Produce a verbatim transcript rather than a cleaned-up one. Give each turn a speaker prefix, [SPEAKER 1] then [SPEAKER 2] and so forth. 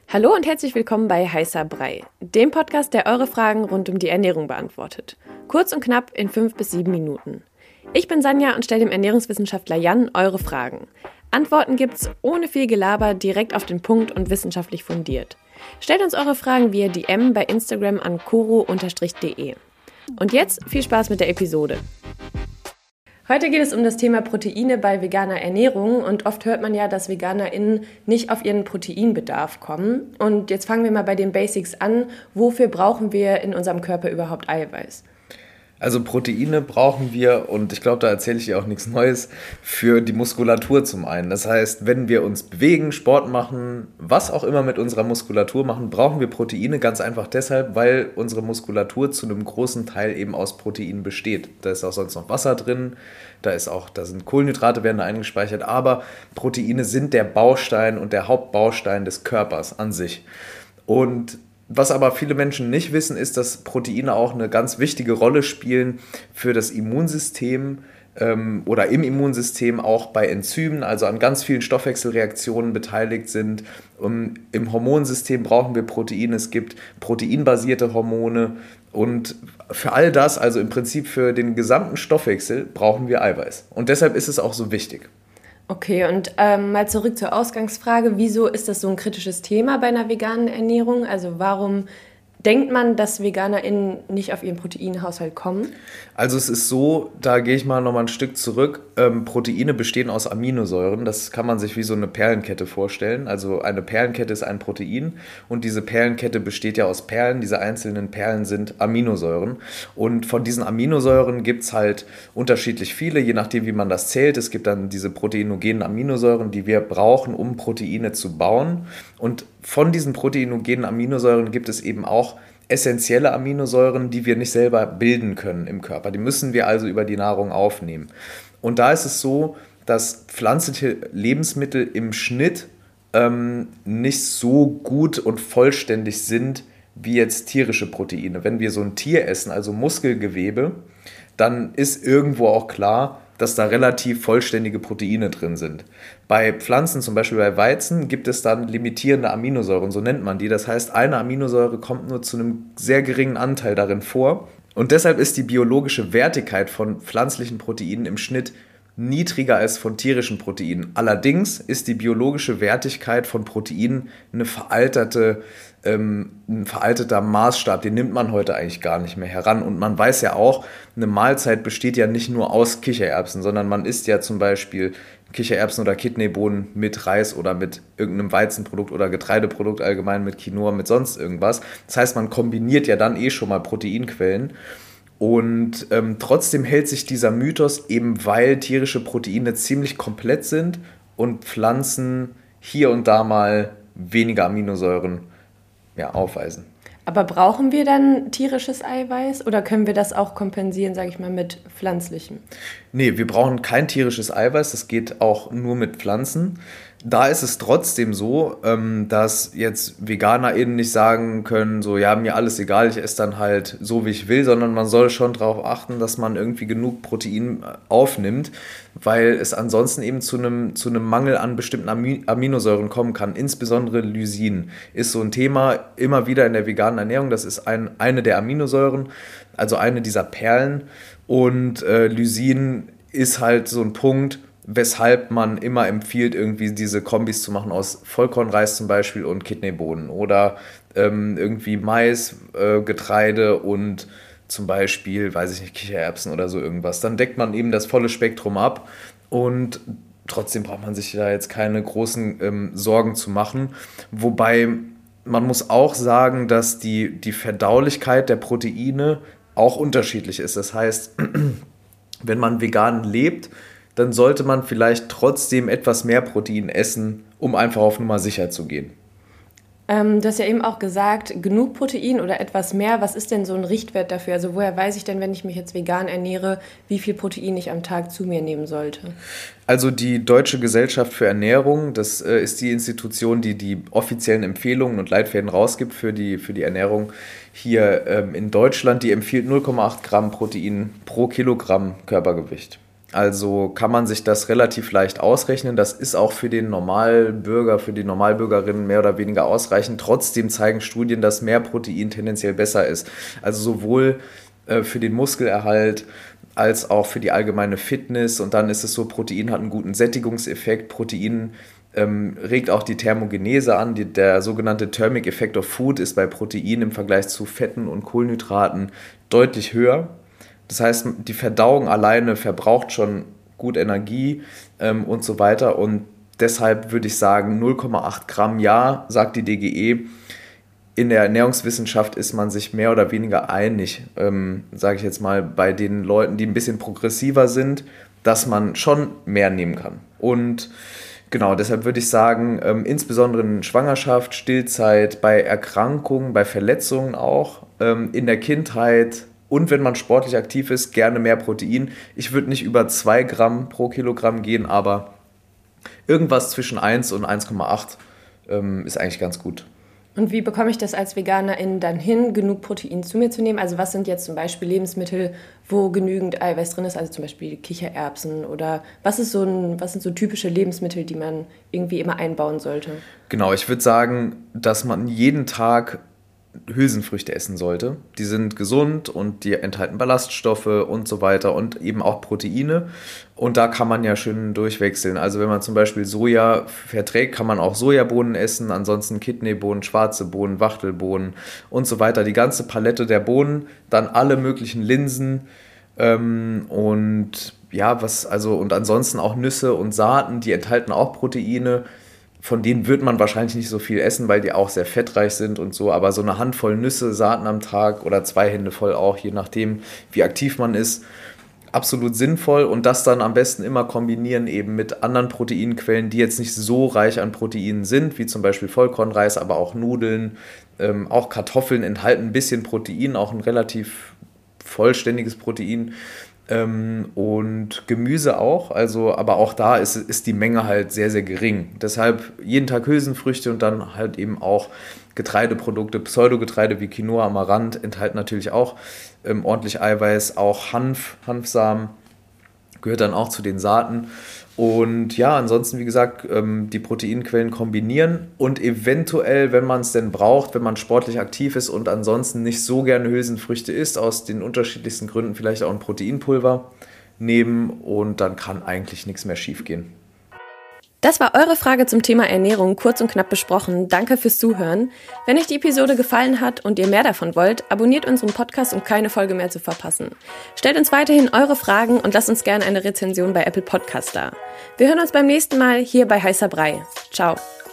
[SPEAKER 1] Hallo und herzlich willkommen bei Heißer Brei, dem Podcast, der eure Fragen rund um die Ernährung beantwortet. Kurz und knapp in fünf bis sieben Minuten. Ich bin Sanja und stelle dem Ernährungswissenschaftler Jan eure Fragen. Antworten gibt's ohne viel Gelaber, direkt auf den Punkt und wissenschaftlich fundiert. Stellt uns eure Fragen via D M bei Instagram an koro Bindestrich de. Und jetzt viel Spaß mit der Episode. Heute geht es um das Thema Proteine bei veganer Ernährung und oft hört man ja, dass VeganerInnen nicht auf ihren Proteinbedarf kommen. Und jetzt fangen wir mal bei den Basics an. Wofür brauchen wir in unserem Körper überhaupt Eiweiß?
[SPEAKER 2] Also Proteine brauchen wir, und ich glaube, da erzähle ich dir auch nichts Neues, für die Muskulatur zum einen. Das heißt, wenn wir uns bewegen, Sport machen, was auch immer mit unserer Muskulatur machen, brauchen wir Proteine ganz einfach deshalb, weil unsere Muskulatur zu einem großen Teil eben aus Proteinen besteht. Da ist auch sonst noch Wasser drin, da ist auch, da sind Kohlenhydrate, werden da eingespeichert, aber Proteine sind der Baustein und der Hauptbaustein des Körpers an sich. Und was aber viele Menschen nicht wissen, ist, dass Proteine auch eine ganz wichtige Rolle spielen für das Immunsystem ähm, oder im Immunsystem auch bei Enzymen, also an ganz vielen Stoffwechselreaktionen beteiligt sind. Um, Im Hormonsystem brauchen wir Proteine, es gibt proteinbasierte Hormone und für all das, also im Prinzip für den gesamten Stoffwechsel, brauchen wir Eiweiß. Und deshalb ist es auch so wichtig.
[SPEAKER 1] Okay, und ähm, mal zurück zur Ausgangsfrage. Wieso ist das so ein kritisches Thema bei einer veganen Ernährung? Also warum denkt man, dass VeganerInnen nicht auf ihren Proteinhaushalt kommen?
[SPEAKER 2] Also es ist so, da gehe ich mal nochmal ein Stück zurück. Ähm, Proteine bestehen aus Aminosäuren. Das kann man sich wie so eine Perlenkette vorstellen. Also eine Perlenkette ist ein Protein und diese Perlenkette besteht ja aus Perlen. Diese einzelnen Perlen sind Aminosäuren. Und von diesen Aminosäuren gibt es halt unterschiedlich viele, je nachdem wie man das zählt. Es gibt dann diese proteinogenen Aminosäuren, die wir brauchen, um Proteine zu bauen. Und von diesen proteinogenen Aminosäuren gibt es eben auch essentielle Aminosäuren, die wir nicht selber bilden können im Körper. Die müssen wir also über die Nahrung aufnehmen. Und da ist es so, dass pflanzliche Lebensmittel im Schnitt ähm, nicht so gut und vollständig sind wie jetzt tierische Proteine. Wenn wir so ein Tier essen, also Muskelgewebe, dann ist irgendwo auch klar, dass da relativ vollständige Proteine drin sind. Bei Pflanzen, zum Beispiel bei Weizen, gibt es dann limitierende Aminosäuren, so nennt man die. Das heißt, eine Aminosäure kommt nur zu einem sehr geringen Anteil darin vor. Und deshalb ist die biologische Wertigkeit von pflanzlichen Proteinen im Schnitt niedriger als von tierischen Proteinen. Allerdings ist die biologische Wertigkeit von Proteinen eine veralterte, ähm, ein veralteter Maßstab, den nimmt man heute eigentlich gar nicht mehr heran. Und man weiß ja auch, eine Mahlzeit besteht ja nicht nur aus Kichererbsen, sondern man isst ja zum Beispiel Kichererbsen oder Kidneybohnen mit Reis oder mit irgendeinem Weizenprodukt oder Getreideprodukt allgemein, mit Quinoa, mit sonst irgendwas. Das heißt, man kombiniert ja dann eh schon mal Proteinquellen. Und ähm, trotzdem hält sich dieser Mythos, eben weil tierische Proteine ziemlich komplett sind und Pflanzen hier und da mal weniger Aminosäuren ja, aufweisen.
[SPEAKER 1] Aber brauchen wir dann tierisches Eiweiß oder können wir das auch kompensieren, sage ich mal, mit pflanzlichem?
[SPEAKER 2] Nee, wir brauchen kein tierisches Eiweiß, das geht auch nur mit Pflanzen. Da ist es trotzdem so, dass jetzt VeganerInnen nicht sagen können, so, ja, mir alles egal, ich esse dann halt so, wie ich will, sondern man soll schon darauf achten, dass man irgendwie genug Protein aufnimmt, weil es ansonsten eben zu einem, zu einem Mangel an bestimmten Aminosäuren kommen kann. Insbesondere Lysin ist so ein Thema immer wieder in der veganen Ernährung. Das ist ein, eine der Aminosäuren, also eine dieser Perlen. Und äh, Lysin ist halt so ein Punkt, weshalb man immer empfiehlt, irgendwie diese Kombis zu machen aus Vollkornreis zum Beispiel und Kidneybohnen oder ähm, irgendwie Mais, äh, Getreide und zum Beispiel, weiß ich nicht, Kichererbsen oder so irgendwas. Dann deckt man eben das volle Spektrum ab und trotzdem braucht man sich da jetzt keine großen ähm, Sorgen zu machen. Wobei man muss auch sagen, dass die, die Verdaulichkeit der Proteine auch unterschiedlich ist. Das heißt, wenn man vegan lebt, dann sollte man vielleicht trotzdem etwas mehr Protein essen, um einfach auf Nummer sicher zu gehen.
[SPEAKER 1] Ähm, du hast ja eben auch gesagt, genug Protein oder etwas mehr. Was ist denn so ein Richtwert dafür? Also woher weiß ich denn, wenn ich mich jetzt vegan ernähre, wie viel Protein ich am Tag zu mir nehmen sollte?
[SPEAKER 2] Also die Deutsche Gesellschaft für Ernährung, das äh, ist die Institution, die die offiziellen Empfehlungen und Leitfäden rausgibt für die, für die Ernährung hier ähm, in Deutschland. Die empfiehlt null Komma acht Gramm Protein pro Kilogramm Körpergewicht. Also kann man sich das relativ leicht ausrechnen. Das ist auch für den Normalbürger, für die Normalbürgerin mehr oder weniger ausreichend. Trotzdem zeigen Studien, dass mehr Protein tendenziell besser ist. Also sowohl äh, für den Muskelerhalt als auch für die allgemeine Fitness. Und dann ist es so, Protein hat einen guten Sättigungseffekt. Protein ähm, regt auch die Thermogenese an. Die, der sogenannte Thermic Effect of Food ist bei Protein im Vergleich zu Fetten und Kohlenhydraten deutlich höher. Das heißt, die Verdauung alleine verbraucht schon gut Energie ähm, und so weiter. Und deshalb würde ich sagen, null Komma acht Gramm, ja, sagt die D G E. In der Ernährungswissenschaft ist man sich mehr oder weniger einig, ähm, sage ich jetzt mal, bei den Leuten, die ein bisschen progressiver sind, dass man schon mehr nehmen kann. Und genau, deshalb würde ich sagen, ähm, insbesondere in Schwangerschaft, Stillzeit, bei Erkrankungen, bei Verletzungen auch, ähm, in der Kindheit. Und wenn man sportlich aktiv ist, gerne mehr Protein. Ich würde nicht über zwei Gramm pro Kilogramm gehen, aber irgendwas zwischen eins und eins Komma acht ähm, ist eigentlich ganz gut.
[SPEAKER 1] Und wie bekomme ich das als Veganerin dann hin, genug Protein zu mir zu nehmen? Also was sind jetzt zum Beispiel Lebensmittel, wo genügend Eiweiß drin ist, also zum Beispiel Kichererbsen oder was ist so ein, was sind so typische Lebensmittel, die man irgendwie immer einbauen sollte?
[SPEAKER 2] Genau, ich würde sagen, dass man jeden Tag Hülsenfrüchte essen sollte. Die sind gesund und die enthalten Ballaststoffe und so weiter und eben auch Proteine. Und da kann man ja schön durchwechseln. Also wenn man zum Beispiel Soja verträgt, kann man auch Sojabohnen essen, ansonsten Kidneybohnen, schwarze Bohnen, Wachtelbohnen und so weiter. Die ganze Palette der Bohnen, dann alle möglichen Linsen ähm, und ja, was, also und ansonsten auch Nüsse und Saaten, die enthalten auch Proteine. Von denen wird man wahrscheinlich nicht so viel essen, weil die auch sehr fettreich sind und so. Aber so eine Handvoll Nüsse, Saaten am Tag oder zwei Hände voll auch, je nachdem, wie aktiv man ist, absolut sinnvoll. Und das dann am besten immer kombinieren eben mit anderen Proteinquellen, die jetzt nicht so reich an Proteinen sind, wie zum Beispiel Vollkornreis, aber auch Nudeln. Ähm, auch Kartoffeln enthalten ein bisschen Protein, auch ein relativ vollständiges Protein. Ähm, und Gemüse auch, also, aber auch da ist, ist die Menge halt sehr, sehr gering. Deshalb jeden Tag Hülsenfrüchte und dann halt eben auch Getreideprodukte, Pseudogetreide wie Quinoa, Amaranth enthalten natürlich auch ähm, ordentlich Eiweiß, auch Hanf, Hanfsamen gehört dann auch zu den Saaten. Und ja, ansonsten, wie gesagt, ähm, die Proteinquellen kombinieren und eventuell, wenn man es denn braucht, wenn man sportlich aktiv ist und ansonsten nicht so gerne Hülsenfrüchte isst, aus den unterschiedlichsten Gründen vielleicht auch ein Proteinpulver nehmen und dann kann eigentlich nichts mehr schief gehen.
[SPEAKER 1] Das war eure Frage zum Thema Ernährung, kurz und knapp besprochen. Danke fürs Zuhören. Wenn euch die Episode gefallen hat und ihr mehr davon wollt, abonniert unseren Podcast, um keine Folge mehr zu verpassen. Stellt uns weiterhin eure Fragen und lasst uns gerne eine Rezension bei Apple Podcast da. Wir hören uns beim nächsten Mal hier bei Heißer Brei. Ciao.